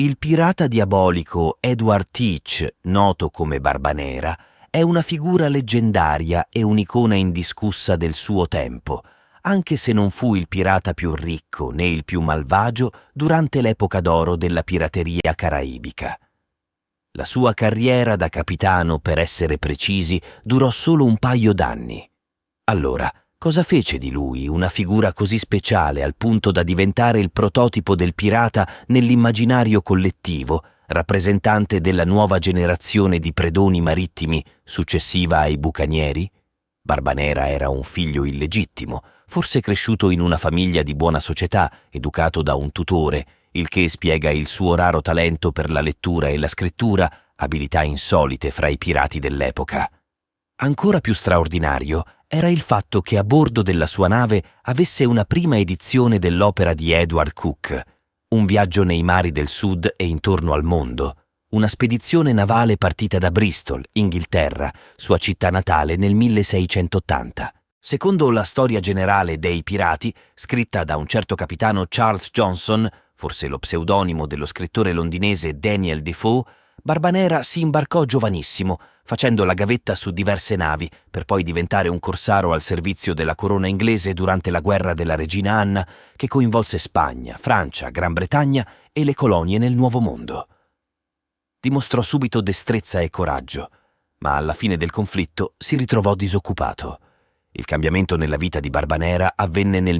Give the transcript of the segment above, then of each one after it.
Il pirata diabolico Edward Teach, noto come Barbanera, è una figura leggendaria e un'icona indiscussa del suo tempo, anche se non fu il pirata più ricco né il più malvagio durante l'epoca d'oro della pirateria caraibica. La sua carriera da capitano, per essere precisi, durò solo un paio d'anni. Allora, cosa fece di lui una figura così speciale al punto da diventare il prototipo del pirata nell'immaginario collettivo, rappresentante della nuova generazione di predoni marittimi successiva ai bucanieri? Barbanera era un figlio illegittimo, forse cresciuto in una famiglia di buona società, educato da un tutore, il che spiega il suo raro talento per la lettura e la scrittura, abilità insolite fra i pirati dell'epoca. Ancora più straordinario era il fatto che a bordo della sua nave avesse una prima edizione dell'opera di Edward Cook, Un viaggio nei mari del sud e intorno al mondo, una spedizione navale partita da Bristol, Inghilterra, sua città natale nel 1680. Secondo la storia generale dei pirati, scritta da un certo capitano Charles Johnson, forse lo pseudonimo dello scrittore londinese Daniel Defoe, Barbanera si imbarcò giovanissimo, facendo la gavetta su diverse navi, per poi diventare un corsaro al servizio della corona inglese durante la guerra della regina Anna, che coinvolse Spagna, Francia, Gran Bretagna e le colonie nel Nuovo Mondo. Dimostrò subito destrezza e coraggio, ma alla fine del conflitto si ritrovò disoccupato. Il cambiamento nella vita di Barbanera avvenne nel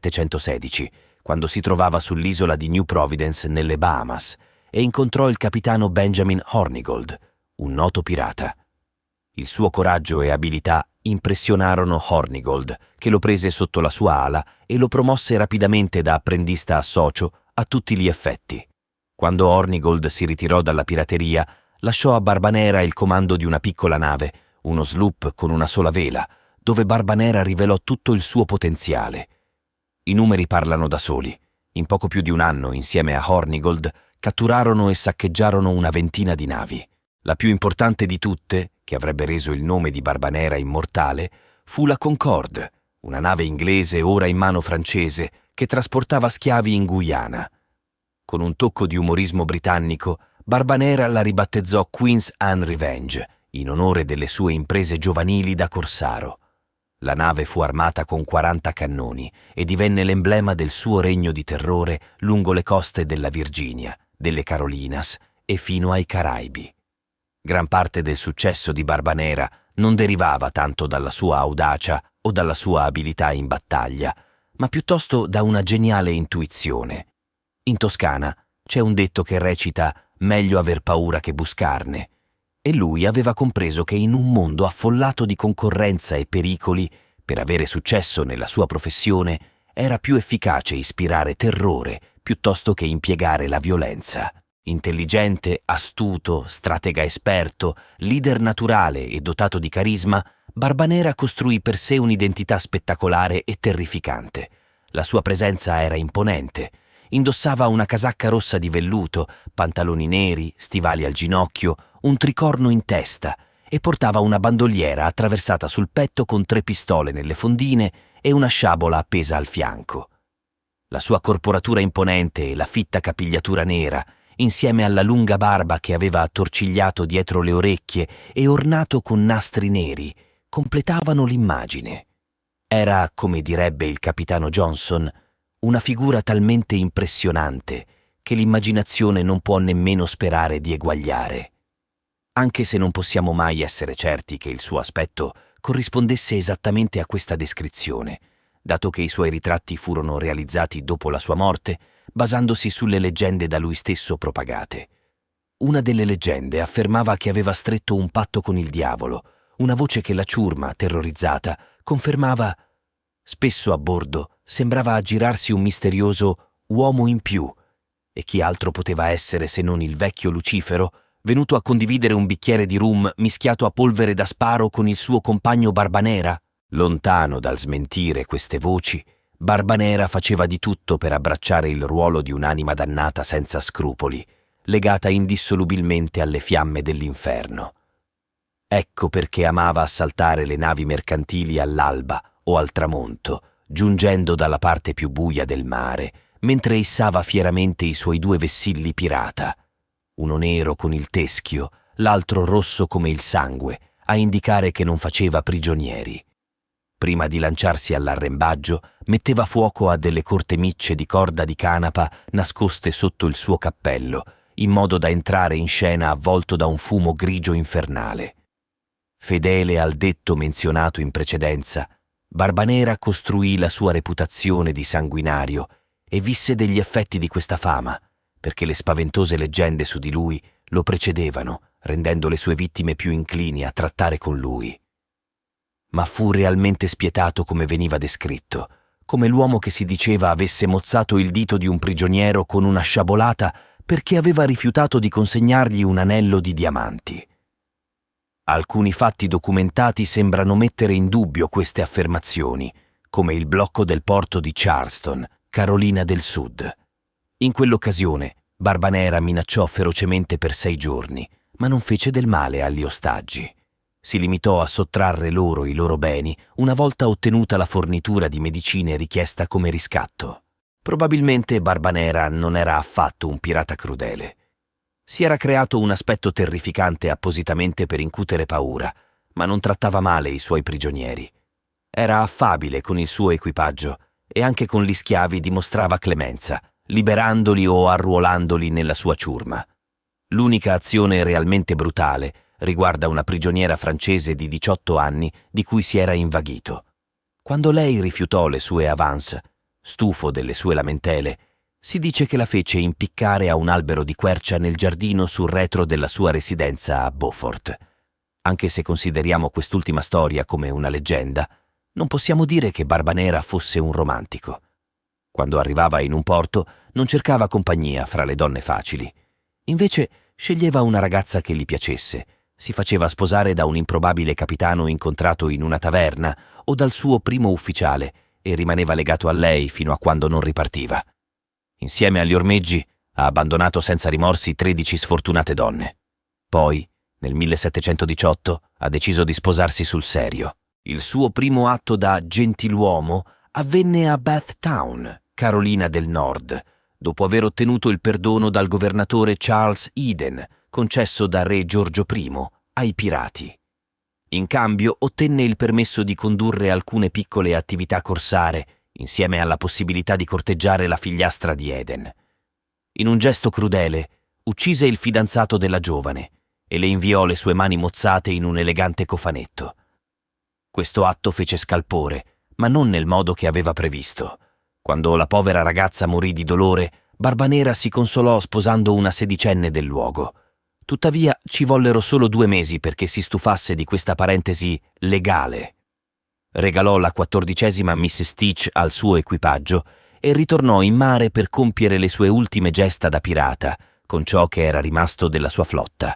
1716, quando si trovava sull'isola di New Providence nelle Bahamas e incontrò il capitano Benjamin Hornigold, un noto pirata. Il suo coraggio e abilità impressionarono Hornigold, che lo prese sotto la sua ala e lo promosse rapidamente da apprendista a socio a tutti gli effetti. Quando Hornigold si ritirò dalla pirateria, lasciò a Barbanera il comando di una piccola nave, uno sloop con una sola vela, dove Barbanera rivelò tutto il suo potenziale. I numeri parlano da soli. In poco più di un anno, insieme a Hornigold, catturarono e saccheggiarono una ventina di navi. La più importante di tutte, che avrebbe reso il nome di Barbanera immortale, fu la Concorde, una nave inglese ora in mano francese che trasportava schiavi in Guyana. Con un tocco di umorismo britannico, Barbanera la ribattezzò Queen's Anne Revenge, in onore delle sue imprese giovanili da corsaro. La nave fu armata con 40 cannoni e divenne l'emblema del suo regno di terrore lungo le coste della Virginia, delle Carolinas e fino ai Caraibi. Gran parte del successo di Barbanera non derivava tanto dalla sua audacia o dalla sua abilità in battaglia, ma piuttosto da una geniale intuizione. In Toscana c'è un detto che recita «meglio aver paura che buscarne», e lui aveva compreso che in un mondo affollato di concorrenza e pericoli, per avere successo nella sua professione, era più efficace ispirare terrore piuttosto che impiegare la violenza. Intelligente, astuto, stratega esperto, leader naturale e dotato di carisma, Barbanera costruì per sé un'identità spettacolare e terrificante. La sua presenza era imponente. Indossava una casacca rossa di velluto, pantaloni neri, stivali al ginocchio, un tricorno in testa e portava una bandoliera attraversata sul petto con 3 pistole nelle fondine e una sciabola appesa al fianco. La sua corporatura imponente e la fitta capigliatura nera, insieme alla lunga barba che aveva attorcigliato dietro le orecchie e ornato con nastri neri, completavano l'immagine. Era, come direbbe il capitano Johnson, una figura talmente impressionante che l'immaginazione non può nemmeno sperare di eguagliare. Anche se non possiamo mai essere certi che il suo aspetto corrispondesse esattamente a questa descrizione, dato che i suoi ritratti furono realizzati dopo la sua morte, basandosi sulle leggende da lui stesso propagate. Una delle leggende affermava che aveva stretto un patto con il diavolo, una voce che la ciurma, terrorizzata, confermava. Spesso a bordo sembrava aggirarsi un misterioso uomo in più, e chi altro poteva essere se non il vecchio Lucifero, venuto a condividere un bicchiere di rum mischiato a polvere da sparo con il suo compagno Barbanera? Lontano dal smentire queste voci, Barbanera faceva di tutto per abbracciare il ruolo di un'anima dannata senza scrupoli, legata indissolubilmente alle fiamme dell'inferno. Ecco perché amava assaltare le navi mercantili all'alba o al tramonto, giungendo dalla parte più buia del mare, mentre issava fieramente i suoi 2 vessilli pirata, uno nero con il teschio, l'altro rosso come il sangue, a indicare che non faceva prigionieri. Prima di lanciarsi all'arrembaggio, metteva fuoco a delle corte micce di corda di canapa nascoste sotto il suo cappello, in modo da entrare in scena avvolto da un fumo grigio infernale. Fedele al detto menzionato in precedenza, Barbanera costruì la sua reputazione di sanguinario e visse degli effetti di questa fama, perché le spaventose leggende su di lui lo precedevano, rendendo le sue vittime più inclini a trattare con lui. Ma fu realmente spietato come veniva descritto, come l'uomo che si diceva avesse mozzato il dito di un prigioniero con una sciabolata perché aveva rifiutato di consegnargli un anello di diamanti. Alcuni fatti documentati sembrano mettere in dubbio queste affermazioni, come il blocco del porto di Charleston, Carolina del Sud. In quell'occasione, Barbanera minacciò ferocemente per 6 giorni, ma non fece del male agli ostaggi. Si limitò a sottrarre loro i loro beni una volta ottenuta la fornitura di medicine richiesta come riscatto. Probabilmente Barbanera non era affatto un pirata crudele. Si era creato un aspetto terrificante appositamente per incutere paura, ma non trattava male i suoi prigionieri. Era affabile con il suo equipaggio e anche con gli schiavi dimostrava clemenza, liberandoli o arruolandoli nella sua ciurma. L'unica azione realmente brutale riguarda una prigioniera francese di 18 anni di cui si era invaghito. Quando lei rifiutò le sue avance, stufo delle sue lamentele, si dice che la fece impiccare a un albero di quercia nel giardino sul retro della sua residenza a Beaufort. Anche se consideriamo quest'ultima storia come una leggenda, non possiamo dire che Barbanera fosse un romantico. Quando arrivava in un porto non cercava compagnia fra le donne facili. Invece sceglieva una ragazza che gli piacesse, si faceva sposare da un improbabile capitano incontrato in una taverna o dal suo primo ufficiale e rimaneva legato a lei fino a quando non ripartiva. Insieme agli ormeggi ha abbandonato senza rimorsi 13 sfortunate donne. Poi, nel 1718, ha deciso di sposarsi sul serio. Il suo primo atto da gentiluomo avvenne a Bath Town, Carolina del Nord, dopo aver ottenuto il perdono dal governatore Charles Eden, concesso da re Giorgio I, ai pirati. In cambio ottenne il permesso di condurre alcune piccole attività corsare, insieme alla possibilità di corteggiare la figliastra di Eden. In un gesto crudele, uccise il fidanzato della giovane e le inviò le sue mani mozzate in un elegante cofanetto. Questo atto fece scalpore, ma non nel modo che aveva previsto. Quando la povera ragazza morì di dolore, Barbanera si consolò sposando una sedicenne del luogo. Tuttavia ci vollero solo 2 mesi perché si stufasse di questa parentesi legale. Regalò la 14ª Miss Stitch al suo equipaggio e ritornò in mare per compiere le sue ultime gesta da pirata, con ciò che era rimasto della sua flotta.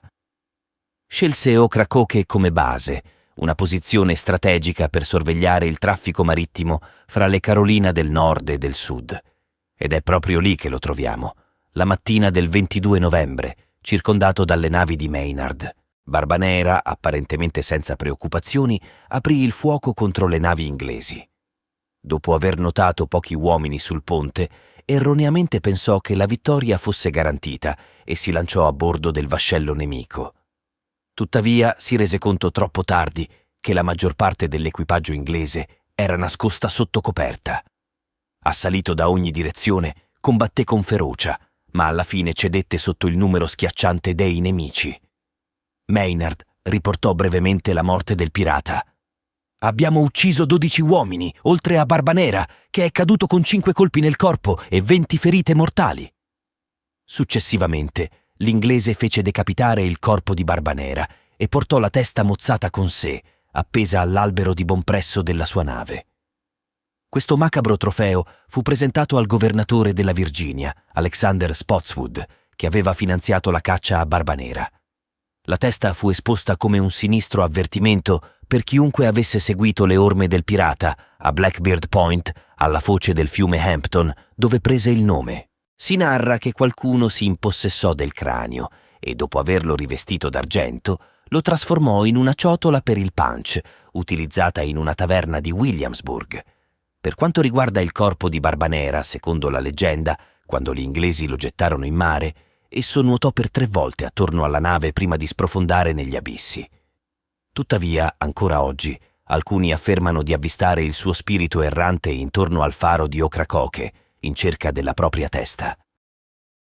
Scelse Ocracoke come base, una posizione strategica per sorvegliare il traffico marittimo fra le Carolina del Nord e del Sud. Ed è proprio lì che lo troviamo, la mattina del 22 novembre, circondato dalle navi di Maynard. Barbanera, apparentemente senza preoccupazioni, aprì il fuoco contro le navi inglesi. Dopo aver notato pochi uomini sul ponte, erroneamente pensò che la vittoria fosse garantita e si lanciò a bordo del vascello nemico. Tuttavia si rese conto troppo tardi che la maggior parte dell'equipaggio inglese era nascosta sotto coperta. Assalito da ogni direzione, combatté con ferocia, ma alla fine cedette sotto il numero schiacciante dei nemici. Maynard riportò brevemente la morte del pirata. «Abbiamo ucciso 12 uomini, oltre a Barbanera, che è caduto con 5 colpi nel corpo e 20 ferite mortali». Successivamente, l'inglese fece decapitare il corpo di Barbanera e portò la testa mozzata con sé, appesa all'albero di bompresso della sua nave. Questo macabro trofeo fu presentato al governatore della Virginia, Alexander Spotswood, che aveva finanziato la caccia a Barbanera. La testa fu esposta come un sinistro avvertimento per chiunque avesse seguito le orme del pirata a Blackbeard Point, alla foce del fiume Hampton, dove prese il nome. Si narra che qualcuno si impossessò del cranio e, dopo averlo rivestito d'argento, lo trasformò in una ciotola per il punch, utilizzata in una taverna di Williamsburg. Per quanto riguarda il corpo di Barbanera, secondo la leggenda, quando gli inglesi lo gettarono in mare, esso nuotò per 3 volte attorno alla nave prima di sprofondare negli abissi. Tuttavia, ancora oggi, alcuni affermano di avvistare il suo spirito errante intorno al faro di Ocracoke, in cerca della propria testa.